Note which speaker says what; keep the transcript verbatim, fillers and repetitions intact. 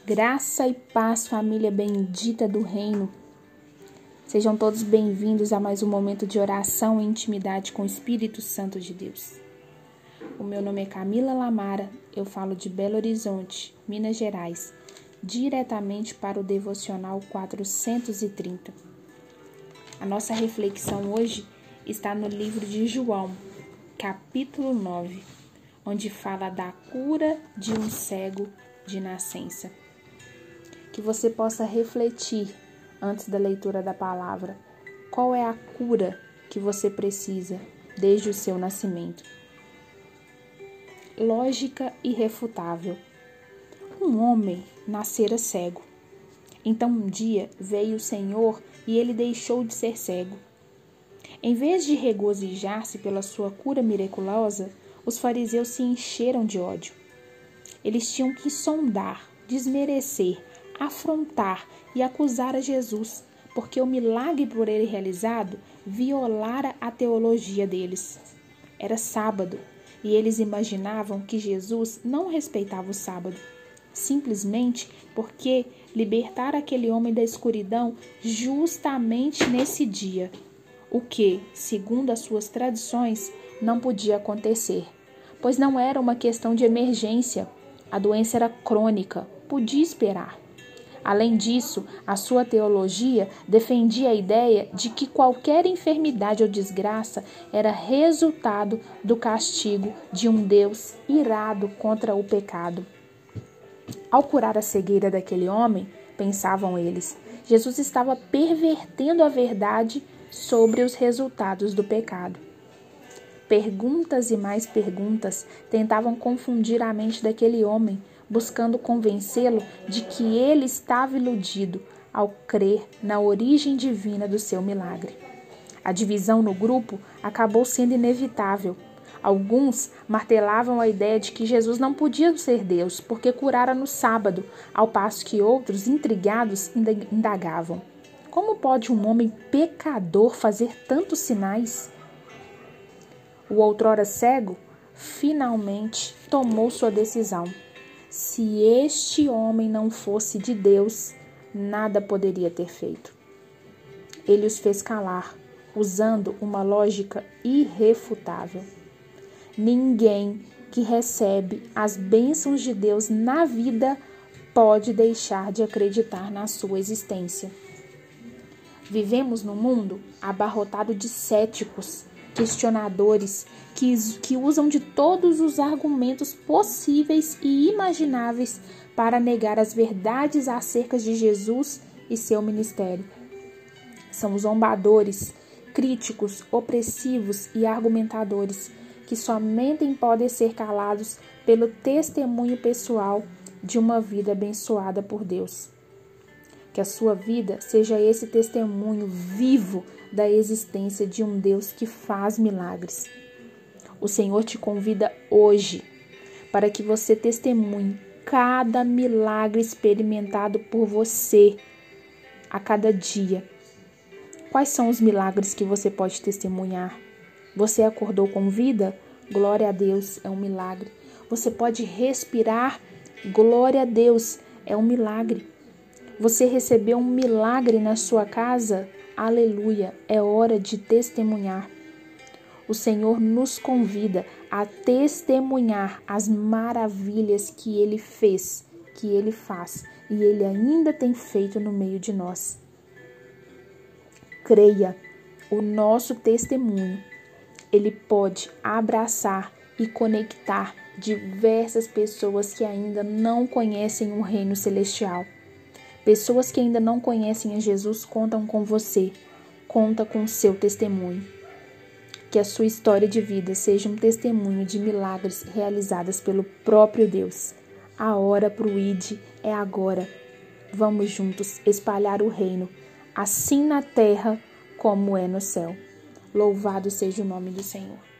Speaker 1: Graça e paz, família bendita do reino. Sejam todos bem-vindos a mais um momento de oração e intimidade com o Espírito Santo de Deus. O meu nome é Camila Lamara, eu falo de Belo Horizonte, Minas Gerais, diretamente para o Devocional quatrocentos e trinta. A nossa reflexão hoje está no livro de João, capítulo nove, onde fala da cura de um cego de nascença. Que você possa refletir antes da leitura da palavra. Qual é a cura que você precisa desde o seu nascimento? Lógica irrefutável. Um homem nascera cego. Então um dia veio o Senhor e ele deixou de ser cego. Em vez de regozijar-se pela sua cura miraculosa, os fariseus se encheram de ódio. Eles tinham que sondar, desmerecer, afrontar e acusar a Jesus, porque o milagre por ele realizado violara a teologia deles. Era sábado, e eles imaginavam que Jesus não respeitava o sábado, simplesmente porque libertara aquele homem da escuridão justamente nesse dia, o que, segundo as suas tradições, não podia acontecer, pois não era uma questão de emergência, a doença era crônica, podia esperar. Além disso, a sua teologia defendia a ideia de que qualquer enfermidade ou desgraça era resultado do castigo de um Deus irado contra o pecado. Ao curar a cegueira daquele homem, pensavam eles, Jesus estava pervertendo a verdade sobre os resultados do pecado. Perguntas e mais perguntas tentavam confundir a mente daquele homem, buscando convencê-lo de que ele estava iludido ao crer na origem divina do seu milagre. A divisão no grupo acabou sendo inevitável. Alguns martelavam a ideia de que Jesus não podia ser Deus, porque curara no sábado, ao passo que outros, intrigados, indagavam: como pode um homem pecador fazer tantos sinais? O outrora cego finalmente tomou sua decisão. Se este homem não fosse de Deus, nada poderia ter feito. Ele os fez calar, usando uma lógica irrefutável. Ninguém que recebe as bênçãos de Deus na vida pode deixar de acreditar na sua existência. Vivemos num mundo abarrotado de céticos, questionadores, que, que usam de todos os argumentos possíveis e imagináveis para negar as verdades acerca de Jesus e seu ministério. São zombadores, críticos, opressivos e argumentadores que somente podem ser calados pelo testemunho pessoal de uma vida abençoada por Deus. Que a sua vida seja esse testemunho vivo da existência de um Deus que faz milagres. O Senhor te convida hoje para que você testemunhe cada milagre experimentado por você a cada dia. Quais são os milagres que você pode testemunhar? Você acordou com vida? Glória a Deus, é um milagre. Você pode respirar? Glória a Deus, é um milagre. Você recebeu um milagre na sua casa? Aleluia, é hora de testemunhar. O Senhor nos convida a testemunhar as maravilhas que Ele fez, que Ele faz e Ele ainda tem feito no meio de nós. Creia, o nosso testemunho, ele pode abraçar e conectar diversas pessoas que ainda não conhecem o reino celestial. Pessoas que ainda não conhecem a Jesus contam com você, conta com o seu testemunho. Que a sua história de vida seja um testemunho de milagres realizados pelo próprio Deus. A hora para o I D é agora. Vamos juntos espalhar o reino, assim na terra como é no céu. Louvado seja o nome do Senhor.